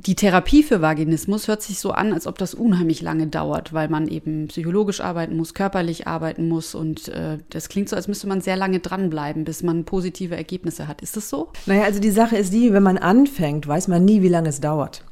Die Therapie für Vaginismus hört sich so an, als ob das unheimlich lange dauert, weil man eben psychologisch arbeiten muss, körperlich arbeiten muss und das klingt so, als müsste man sehr lange dranbleiben, bis man positive Ergebnisse hat. Ist das so? Naja, also die Sache ist die, wenn man anfängt, weiß man nie, wie lange es dauert.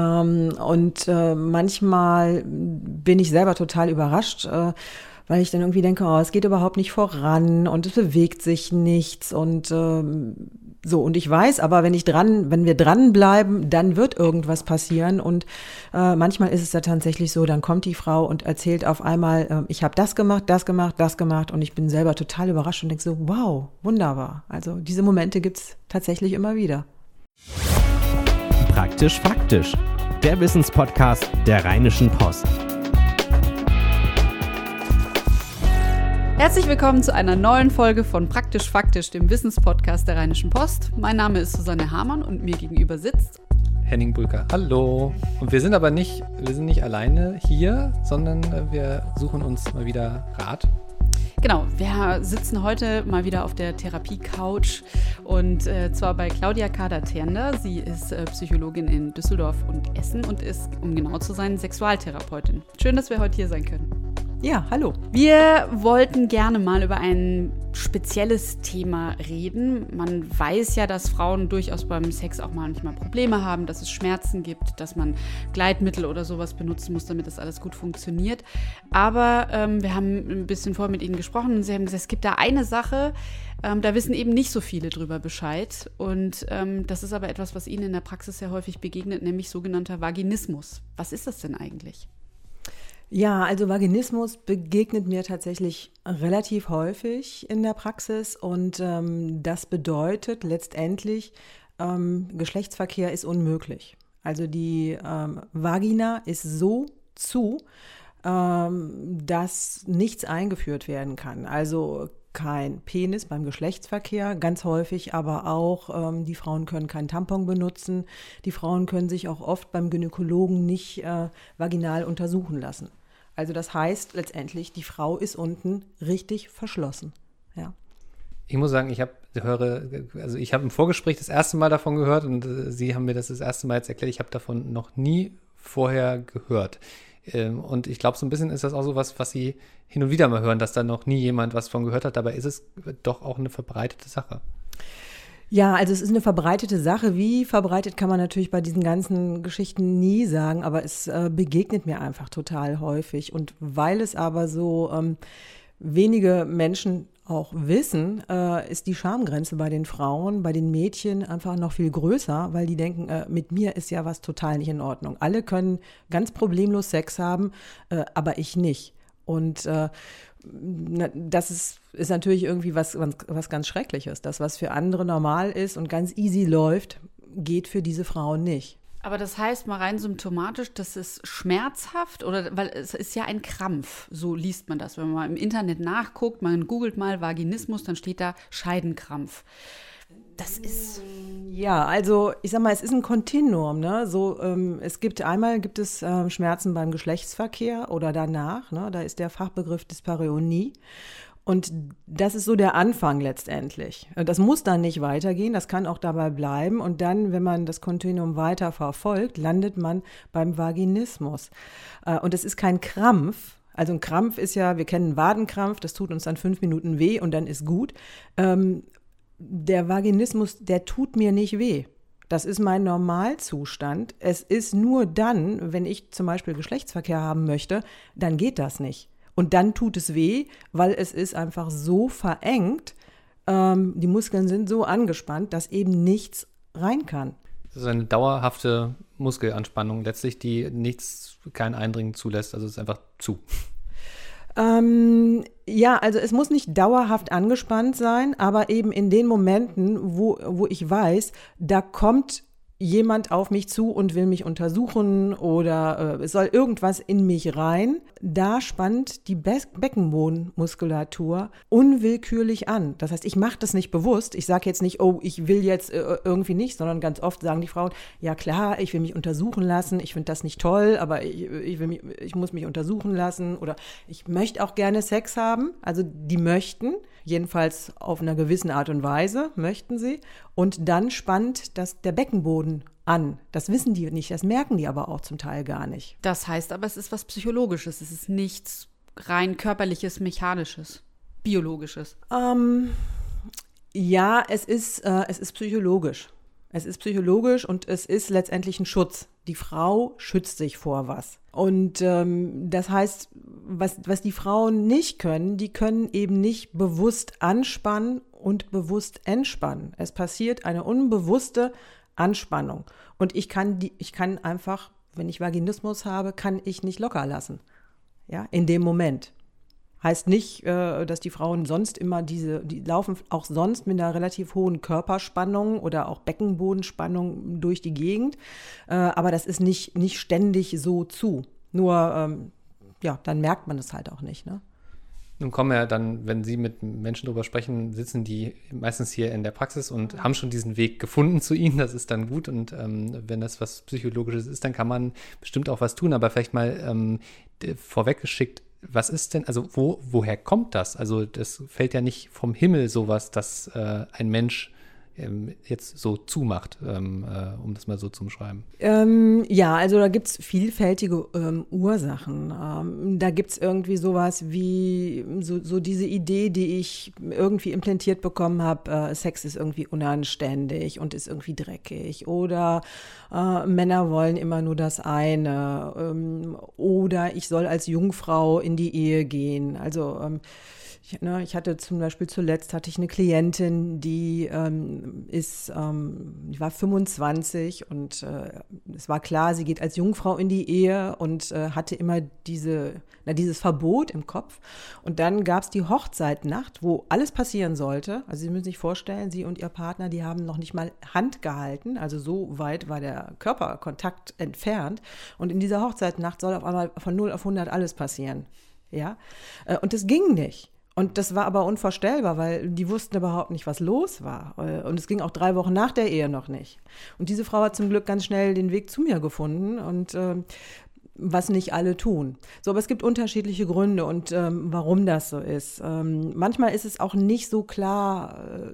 Manchmal bin ich selber total überrascht, weil ich dann irgendwie denke, es geht überhaupt nicht voran und es bewegt sich nichts und so. Und ich weiß, aber wenn wir dranbleiben, dann wird irgendwas passieren. Und manchmal ist es ja tatsächlich so, dann kommt die Frau und erzählt auf einmal, ich habe das gemacht, das gemacht, das gemacht. Und ich bin selber total überrascht und denke so, wow, wunderbar. Also diese Momente gibt's tatsächlich immer wieder. Praktisch faktisch, der Wissenspodcast der Rheinischen Post. Herzlich willkommen zu einer neuen Folge von Praktisch faktisch, dem Wissenspodcast der Rheinischen Post. Mein Name ist Susanne Hamann und mir gegenüber sitzt Henning Bulker. Hallo. Und wir sind nicht alleine hier, sondern wir suchen uns mal wieder Rat. Genau, wir sitzen heute mal wieder auf der Therapie-Couch und zwar bei Claudia Kader-Ternder. Sie ist Psychologin in Düsseldorf und Essen und ist, um genau zu sein, Sexualtherapeutin. Schön, dass wir heute hier sein können. Ja, hallo. Wir wollten gerne mal über ein spezielles Thema reden. Man weiß ja, dass Frauen durchaus beim Sex auch manchmal Probleme haben, dass es Schmerzen gibt, dass man Gleitmittel oder sowas benutzen muss, damit das alles gut funktioniert. Aber wir haben ein bisschen vorher mit Ihnen gesprochen und Sie haben gesagt, es gibt da eine Sache, da wissen eben nicht so viele drüber Bescheid. Und das ist aber etwas, was Ihnen in der Praxis sehr häufig begegnet, nämlich sogenannter Vaginismus. Was ist das denn eigentlich? Ja, also Vaginismus begegnet mir tatsächlich relativ häufig in der Praxis und das bedeutet letztendlich, Geschlechtsverkehr ist unmöglich. Also die Vagina ist so zu, dass nichts eingeführt werden kann. Also kein Penis beim Geschlechtsverkehr, ganz häufig aber auch, die Frauen können keinen Tampon benutzen, die Frauen können sich auch oft beim Gynäkologen nicht vaginal untersuchen lassen. Also das heißt letztendlich, die Frau ist unten richtig verschlossen. Ja. Ich muss sagen, ich habe im Vorgespräch das erste Mal davon gehört und Sie haben mir das erste Mal jetzt erklärt. Ich habe davon noch nie vorher gehört. Und ich glaube, so ein bisschen ist das auch so was Sie hin und wieder mal hören, dass da noch nie jemand was von gehört hat. Dabei ist es doch auch eine verbreitete Sache. Ja, also es ist eine verbreitete Sache. Wie verbreitet kann man natürlich bei diesen ganzen Geschichten nie sagen, aber es begegnet mir einfach total häufig. Und weil es aber so wenige Menschen auch wissen, ist die Schamgrenze bei den Frauen, bei den Mädchen einfach noch viel größer, weil die denken, mit mir ist ja was total nicht in Ordnung. Alle können ganz problemlos Sex haben, aber ich nicht. Und das ist natürlich irgendwie was ganz Schreckliches. Das, was für andere normal ist und ganz easy läuft, geht für diese Frauen nicht. Aber das heißt mal rein symptomatisch, das ist schmerzhaft, oder weil es ist ja ein Krampf, so liest man das. Wenn man mal im Internet nachguckt, man googelt mal Vaginismus, dann steht da Scheidenkrampf. Das ist... Ja, also ich sag mal, es ist ein Kontinuum, ne? So, es gibt Schmerzen beim Geschlechtsverkehr oder danach, ne? Da ist der Fachbegriff Dyspareunie. Und das ist so der Anfang letztendlich. Das muss dann nicht weitergehen, das kann auch dabei bleiben. Und dann, wenn man das Kontinuum weiter verfolgt, landet man beim Vaginismus. Und es ist kein Krampf. Also ein Krampf ist ja, wir kennen Wadenkrampf, das tut uns dann 5 Minuten weh und dann ist gut. Der Vaginismus, der tut mir nicht weh. Das ist mein Normalzustand. Es ist nur dann, wenn ich zum Beispiel Geschlechtsverkehr haben möchte, dann geht das nicht. Und dann tut es weh, weil es ist einfach so verengt, die Muskeln sind so angespannt, dass eben nichts rein kann. Das ist eine dauerhafte Muskelanspannung letztlich, die kein Eindringen zulässt. Also es ist einfach zu. Ja, also es muss nicht dauerhaft angespannt sein, aber eben in den Momenten, wo ich weiß, da kommt jemand auf mich zu und will mich untersuchen oder es soll irgendwas in mich rein, da spannt die Beckenbodenmuskulatur unwillkürlich an. Das heißt, ich mache das nicht bewusst. Ich sage jetzt nicht, oh, ich will jetzt irgendwie nicht, sondern ganz oft sagen die Frauen, ja klar, ich will mich untersuchen lassen, ich finde das nicht toll, aber ich muss mich untersuchen lassen oder ich möchte auch gerne Sex haben. Also die möchten, jedenfalls auf einer gewissen Art und Weise möchten sie. Und dann spannt der Beckenboden Beckenboden an. Das wissen die nicht, das merken die aber auch zum Teil gar nicht. Das heißt aber, es ist was Psychologisches, es ist nichts rein körperliches, mechanisches, biologisches. Ja, es ist psychologisch. Es ist psychologisch und es ist letztendlich ein Schutz. Die Frau schützt sich vor was. Und das heißt, was die Frauen nicht können, die können eben nicht bewusst anspannen und bewusst entspannen. Es passiert eine unbewusste Anspannung. Und ich kann einfach, wenn ich Vaginismus habe, kann ich nicht locker lassen. Ja, in dem Moment. Heißt nicht, dass die Frauen sonst immer die laufen auch sonst mit einer relativ hohen Körperspannung oder auch Beckenbodenspannung durch die Gegend. Aber das ist nicht ständig so zu. Nur, dann merkt man es halt auch nicht, ne? Nun kommen ja dann, wenn Sie mit Menschen darüber sprechen, sitzen die meistens hier in der Praxis und haben schon diesen Weg gefunden zu Ihnen. Das ist dann gut. Und wenn das was Psychologisches ist, dann kann man bestimmt auch was tun. Aber vielleicht mal vorweggeschickt, was ist denn, also woher kommt das? Also das fällt ja nicht vom Himmel sowas, dass ein Mensch jetzt so zumacht, um das mal so zu beschreiben. Also da gibt es vielfältige Ursachen. Da gibt es irgendwie sowas wie so diese Idee, die ich irgendwie implantiert bekommen habe, Sex ist irgendwie unanständig und ist irgendwie dreckig. Oder Männer wollen immer nur das eine. Oder ich soll als Jungfrau in die Ehe gehen. Also ich hatte zum Beispiel zuletzt eine Klientin, die die war 25 und es war klar, sie geht als Jungfrau in die Ehe und hatte immer dieses Verbot im Kopf. Und dann gab es die Hochzeitnacht, wo alles passieren sollte. Also Sie müssen sich vorstellen, sie und ihr Partner, die haben noch nicht mal Hand gehalten. Also so weit war der Körperkontakt entfernt. Und in dieser Hochzeitnacht soll auf einmal von 0 auf 100 alles passieren. Ja? Und das ging nicht. Und das war aber unvorstellbar, weil die wussten überhaupt nicht, was los war. Und es ging auch 3 Wochen nach der Ehe noch nicht. Und diese Frau hat zum Glück ganz schnell den Weg zu mir gefunden und was nicht alle tun. So, aber es gibt unterschiedliche Gründe und warum das so ist. Manchmal ist es auch nicht so klar,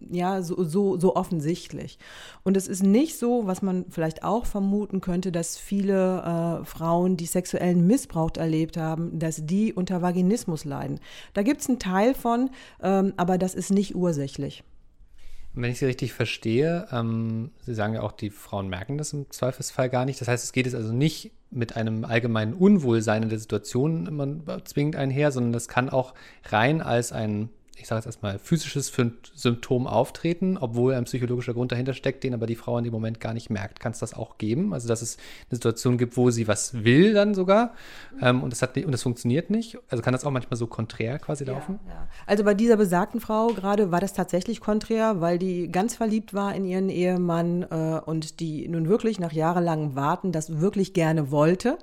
so offensichtlich. Und es ist nicht so, was man vielleicht auch vermuten könnte, dass viele Frauen, die sexuellen Missbrauch erlebt haben, dass die unter Vaginismus leiden. Da gibt es einen Teil von, aber das ist nicht ursächlich. Wenn ich Sie richtig verstehe, Sie sagen ja auch, die Frauen merken das im Zweifelsfall gar nicht. Das heißt, es geht jetzt also nicht mit einem allgemeinen Unwohlsein in der Situation immer zwingend einher, sondern das kann auch rein als ein, ich sage jetzt erstmal, physisches Symptom auftreten, obwohl ein psychologischer Grund dahinter steckt, den aber die Frau in dem Moment gar nicht merkt. Kann es das auch geben? Also, dass es eine Situation gibt, wo sie was will dann sogar und das funktioniert nicht? Also kann das auch manchmal so konträr quasi laufen? Ja. Also bei dieser besagten Frau gerade war das tatsächlich konträr, weil die ganz verliebt war in ihren Ehemann und die nun wirklich nach jahrelangem Warten das wirklich gerne wollte.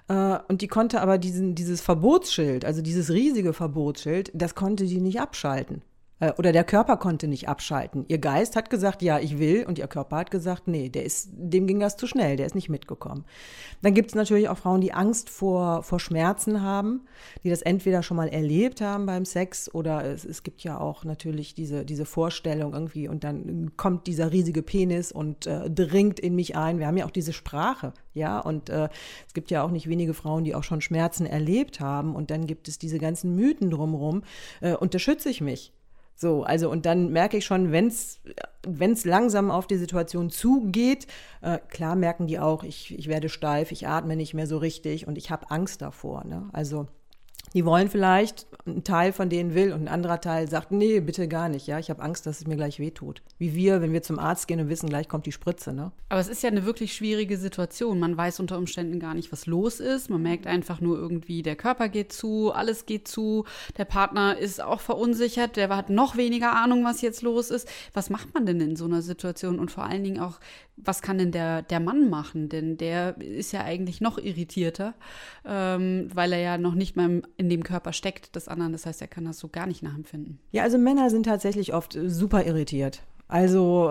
Und die konnte aber dieses Verbotsschild, also dieses riesige Verbotsschild, das konnte die nicht abschalten. Oder der Körper konnte nicht abschalten. Ihr Geist hat gesagt, ja, ich will, und ihr Körper hat gesagt, nee, dem ging das zu schnell, der ist nicht mitgekommen. Dann gibt es natürlich auch Frauen, die Angst vor Schmerzen haben, die das entweder schon mal erlebt haben beim Sex oder es gibt ja auch natürlich diese Vorstellung irgendwie und dann kommt dieser riesige Penis und dringt in mich ein. Wir haben ja auch diese Sprache, ja, und es gibt ja auch nicht wenige Frauen, die auch schon Schmerzen erlebt haben und dann gibt es diese ganzen Mythen drumherum und da schütze ich mich. So, also und dann merke ich schon, wenn's langsam auf die Situation zugeht, klar merken die auch, ich werde steif, ich atme nicht mehr so richtig und ich habe Angst davor, ne? Also die wollen vielleicht, ein Teil von denen will und ein anderer Teil sagt, nee, bitte gar nicht, ja, ich habe Angst, dass es mir gleich wehtut. Wie wenn wir zum Arzt gehen und wissen, gleich kommt die Spritze, ne? Aber es ist ja eine wirklich schwierige Situation. Man weiß unter Umständen gar nicht, was los ist. Man merkt einfach nur irgendwie, der Körper geht zu, alles geht zu, der Partner ist auch verunsichert, der hat noch weniger Ahnung, was jetzt los ist. Was macht man denn in so einer Situation? Und vor allen Dingen auch, was kann denn der Mann machen? Denn der ist ja eigentlich noch irritierter, weil er ja noch nicht mal in dem Körper steckt des anderen. Das heißt, er kann das so gar nicht nachempfinden. Ja, also Männer sind tatsächlich oft super irritiert. Also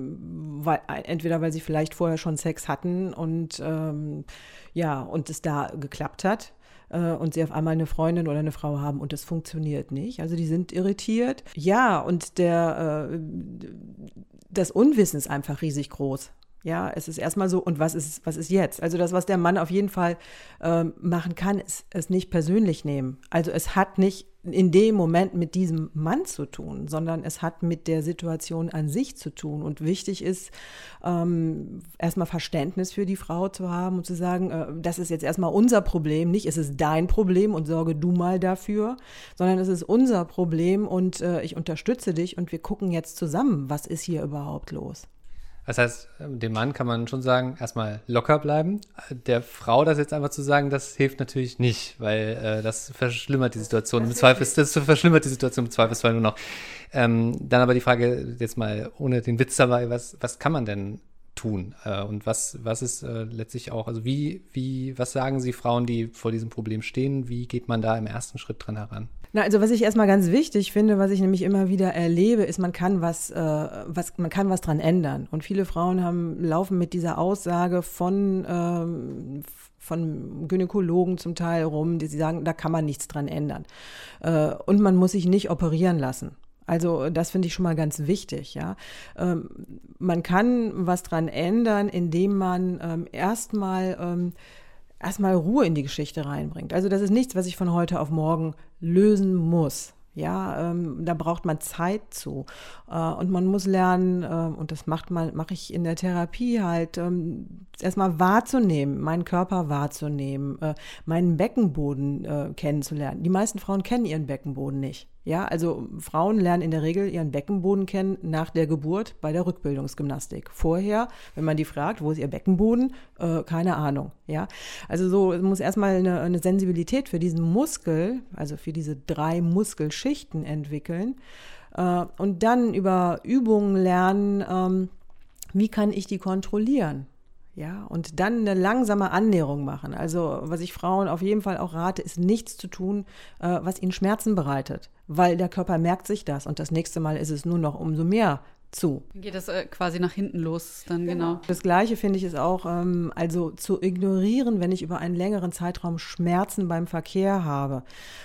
entweder weil sie vielleicht vorher schon Sex hatten und es da geklappt hat und sie auf einmal eine Freundin oder eine Frau haben und das funktioniert nicht. Also die sind irritiert. Ja, und das Unwissen ist einfach riesig groß. Ja, es ist erstmal so, und was ist jetzt? Also das, was der Mann auf jeden Fall machen kann, ist es nicht persönlich nehmen. Also es hat nicht in dem Moment mit diesem Mann zu tun, sondern es hat mit der Situation an sich zu tun. Und wichtig ist, erstmal Verständnis für die Frau zu haben und zu sagen, das ist jetzt erstmal unser Problem, nicht es ist dein Problem und sorge du mal dafür, sondern es ist unser Problem und ich unterstütze dich und wir gucken jetzt zusammen, was ist hier überhaupt los. Das heißt, dem Mann kann man schon sagen, erstmal locker bleiben. Der Frau das jetzt einfach zu sagen, das hilft natürlich nicht, weil das verschlimmert die Situation im Zweifelsfall nur noch. Dann aber die Frage jetzt mal ohne den Witz dabei, was kann man denn tun? Und was ist letztlich auch, also was sagen Sie Frauen, die vor diesem Problem stehen? Wie geht man da im ersten Schritt dran heran? Na, also was ich erstmal ganz wichtig finde, was ich nämlich immer wieder erlebe, ist, man kann was dran ändern. Und viele Frauen laufen mit dieser Aussage von Gynäkologen zum Teil rum, die sagen, da kann man nichts dran ändern. Und man muss sich nicht operieren lassen. Also das finde ich schon mal ganz wichtig, ja. Man kann was dran ändern, indem man erstmal Ruhe in die Geschichte reinbringt. Also das ist nichts, was ich von heute auf morgen lösen muss. Ja, da braucht man Zeit zu. Und man muss lernen, und das mache ich in der Therapie halt, erstmal wahrzunehmen, meinen Körper wahrzunehmen, meinen Beckenboden kennenzulernen. Die meisten Frauen kennen ihren Beckenboden nicht. Ja, also Frauen lernen in der Regel ihren Beckenboden kennen nach der Geburt bei der Rückbildungsgymnastik. Vorher, wenn man die fragt, wo ist ihr Beckenboden? Keine Ahnung. Ja, also so, es muss erstmal eine Sensibilität für diesen Muskel, also für diese 3 Muskelschichten entwickeln und dann über Übungen lernen, wie kann ich die kontrollieren? Ja, und dann eine langsame Annäherung machen. Also was ich Frauen auf jeden Fall auch rate, ist nichts zu tun, was ihnen Schmerzen bereitet, weil der Körper merkt sich das und das nächste Mal ist es nur noch umso mehr zu. Dann geht das quasi nach hinten los, dann genau. Das Gleiche finde ich ist auch, also zu ignorieren, wenn ich über einen längeren Zeitraum Schmerzen beim Verkehr habe.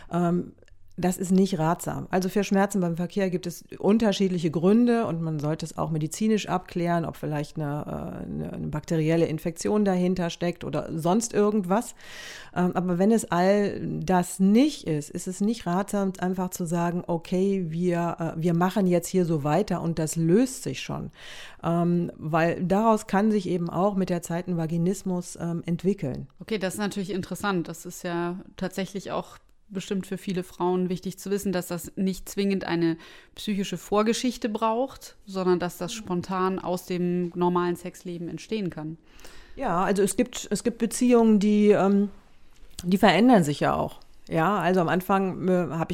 Das ist nicht ratsam. Also für Schmerzen beim Verkehr gibt es unterschiedliche Gründe und man sollte es auch medizinisch abklären, ob vielleicht eine bakterielle Infektion dahinter steckt oder sonst irgendwas. Aber wenn es all das nicht ist, ist es nicht ratsam, einfach zu sagen, okay, wir machen jetzt hier so weiter und das löst sich schon. Weil daraus kann sich eben auch mit der Zeit ein Vaginismus entwickeln. Okay, das ist natürlich interessant. Das ist ja tatsächlich auch bestimmt für viele Frauen wichtig zu wissen, dass das nicht zwingend eine psychische Vorgeschichte braucht, sondern dass das spontan aus dem normalen Sexleben entstehen kann. Ja, also es gibt Beziehungen, die verändern sich ja auch. Ja, also am Anfang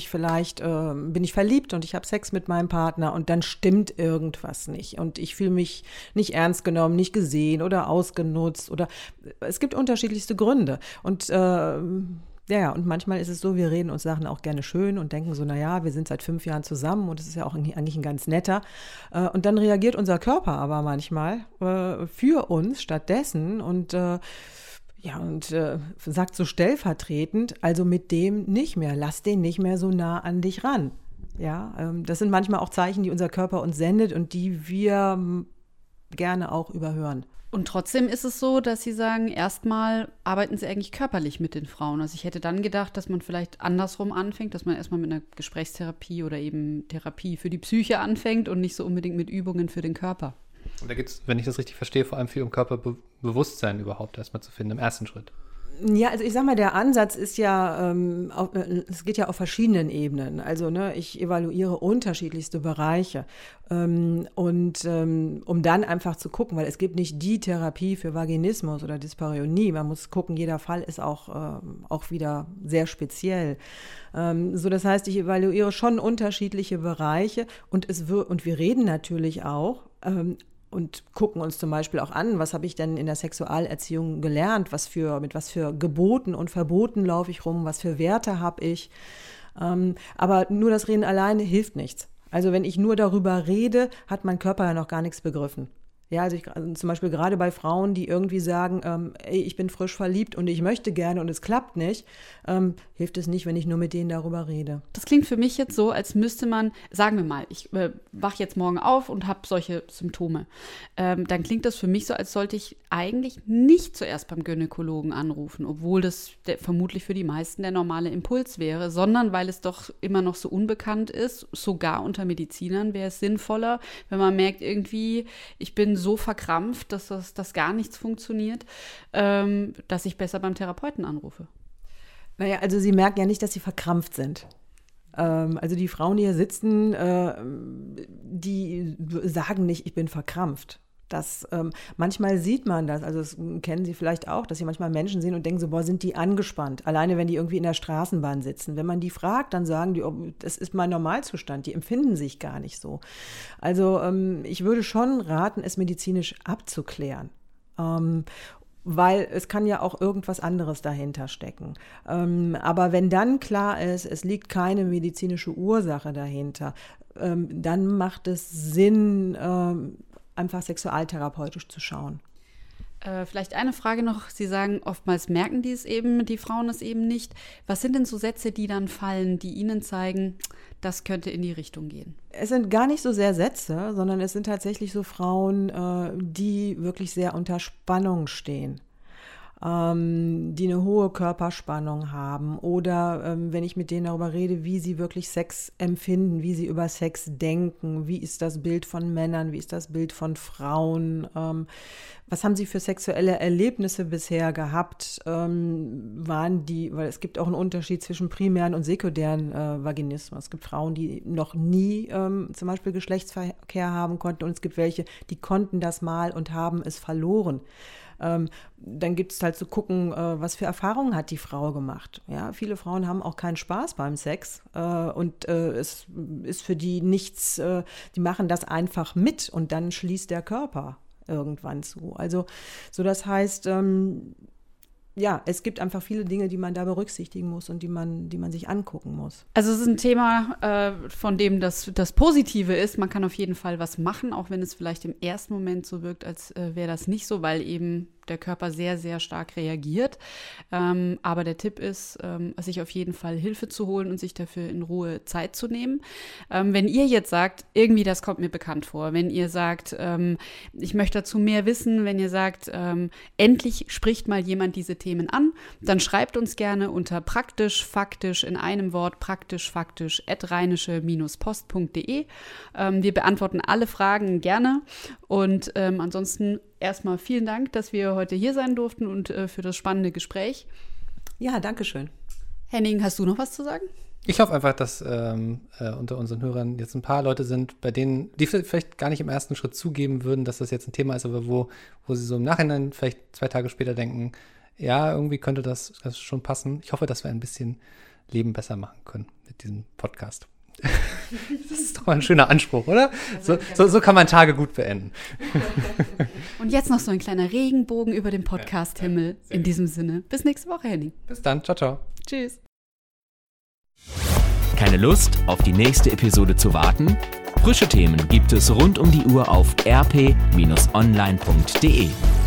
bin ich verliebt und ich habe Sex mit meinem Partner und dann stimmt irgendwas nicht und ich fühle mich nicht ernst genommen, nicht gesehen oder ausgenutzt oder es gibt unterschiedlichste Gründe und ja, und manchmal ist es so, wir reden uns Sachen auch gerne schön und denken so, naja, wir sind seit 5 Jahren zusammen und es ist ja auch eigentlich ein ganz netter. Und dann reagiert unser Körper aber manchmal für uns stattdessen und sagt so stellvertretend, also mit dem nicht mehr, lass den nicht mehr so nah an dich ran. Ja, das sind manchmal auch Zeichen, die unser Körper uns sendet und die wir gerne auch überhören. Und trotzdem ist es so, dass Sie sagen, erstmal arbeiten Sie eigentlich körperlich mit den Frauen. Also ich hätte dann gedacht, dass man vielleicht andersrum anfängt, dass man erstmal mit einer Gesprächstherapie oder eben Therapie für die Psyche anfängt und nicht so unbedingt mit Übungen für den Körper. Und da geht es, wenn ich das richtig verstehe, vor allem viel um Körperbewusstsein überhaupt erstmal zu finden, im ersten Schritt. Ja, also ich sag mal, der Ansatz ist ja, es geht ja auf verschiedenen Ebenen. Also ich evaluiere unterschiedlichste Bereiche um dann einfach zu gucken, weil es gibt nicht die Therapie für Vaginismus oder Dyspareunie. Man muss gucken, jeder Fall ist auch wieder sehr speziell. So, das heißt, ich evaluiere schon unterschiedliche Bereiche und wir reden natürlich auch und gucken uns zum Beispiel auch an, was habe ich denn in der Sexualerziehung gelernt, mit was für Geboten und Verboten laufe ich rum, was für Werte habe ich. Aber nur das Reden alleine hilft nichts. Also wenn ich nur darüber rede, hat mein Körper ja noch gar nichts begriffen. Ja, also zum Beispiel gerade bei Frauen, die irgendwie sagen, ey, ich bin frisch verliebt und ich möchte gerne und es klappt nicht, hilft es nicht, wenn ich nur mit denen darüber rede. Das klingt für mich jetzt so, als müsste man, sagen wir mal, ich wach jetzt morgen auf und habe solche Symptome. Dann klingt das für mich so, als sollte ich eigentlich nicht zuerst beim Gynäkologen anrufen, obwohl das vermutlich für die meisten der normale Impuls wäre, sondern weil es doch immer noch so unbekannt ist, sogar unter Medizinern wäre es sinnvoller, wenn man merkt irgendwie, ich bin so verkrampft, dass das gar nichts funktioniert, dass ich besser beim Therapeuten anrufe. Naja, also Sie merken ja nicht, dass Sie verkrampft sind. Also die Frauen, die hier sitzen, die sagen nicht, ich bin verkrampft. Manchmal sieht man das, also das kennen Sie vielleicht auch, dass Sie manchmal Menschen sehen und denken so, boah, sind die angespannt, alleine wenn die irgendwie in der Straßenbahn sitzen. Wenn man die fragt, dann sagen die, oh, das ist mein Normalzustand, die empfinden sich gar nicht so. Also ich würde schon raten, es medizinisch abzuklären. Weil es kann ja auch irgendwas anderes dahinter stecken. Aber wenn dann klar ist, es liegt keine medizinische Ursache dahinter, dann macht es Sinn, einfach sexualtherapeutisch zu schauen. Vielleicht eine Frage noch. Sie sagen, oftmals merken die Frauen es eben nicht. Was sind denn so Sätze, die dann fallen, die Ihnen zeigen, das könnte in die Richtung gehen? Es sind gar nicht so sehr Sätze, sondern es sind tatsächlich so Frauen, die wirklich sehr unter Spannung stehen. Die eine hohe Körperspannung haben oder wenn ich mit denen darüber rede, wie sie wirklich Sex empfinden, wie sie über Sex denken, wie ist das Bild von Männern, wie ist das Bild von Frauen, was haben sie für sexuelle Erlebnisse bisher gehabt, weil es gibt auch einen Unterschied zwischen primären und sekundären Vaginismus. Es gibt Frauen, die noch nie zum Beispiel Geschlechtsverkehr haben konnten und es gibt welche, die konnten das mal und haben es verloren. Dann gibt es halt zu gucken, was für Erfahrungen hat die Frau gemacht. Ja, viele Frauen haben auch keinen Spaß beim Sex und es ist für die nichts, die machen das einfach mit und dann schließt der Körper irgendwann zu. Also so das heißt, ja, es gibt einfach viele Dinge, die man da berücksichtigen muss und die man sich angucken muss. Also es ist ein Thema, von dem das Positive ist. Man kann auf jeden Fall was machen, auch wenn es vielleicht im ersten Moment so wirkt, als wäre das nicht so, weil eben der Körper sehr, sehr stark reagiert. Aber der Tipp ist, sich auf jeden Fall Hilfe zu holen und sich dafür in Ruhe Zeit zu nehmen. Wenn ihr jetzt sagt, irgendwie das kommt mir bekannt vor, wenn ihr sagt, ich möchte dazu mehr wissen, wenn ihr sagt, endlich spricht mal jemand diese Themen an, dann schreibt uns gerne unter praktisch-faktisch in einem Wort praktisch-faktisch @rheinische-post.de. Wir beantworten alle Fragen gerne und ansonsten erstmal vielen Dank, dass wir heute hier sein durften und für das spannende Gespräch. Ja, danke schön. Henning, hast du noch was zu sagen? Ich hoffe einfach, dass unter unseren Hörern jetzt ein paar Leute sind, bei denen, die vielleicht gar nicht im ersten Schritt zugeben würden, dass das jetzt ein Thema ist, aber wo sie so im Nachhinein vielleicht 2 Tage später denken, ja, irgendwie könnte das schon passen. Ich hoffe, dass wir ein bisschen Leben besser machen können mit diesem Podcast. Das ist doch mal ein schöner Anspruch, oder? So kann man Tage gut beenden. Und jetzt noch so ein kleiner Regenbogen über dem Podcast-Himmel. In diesem Sinne, bis nächste Woche, Henning. Bis dann, ciao, ciao. Tschüss. Keine Lust, auf die nächste Episode zu warten? Frische Themen gibt es rund um die Uhr auf rp-online.de.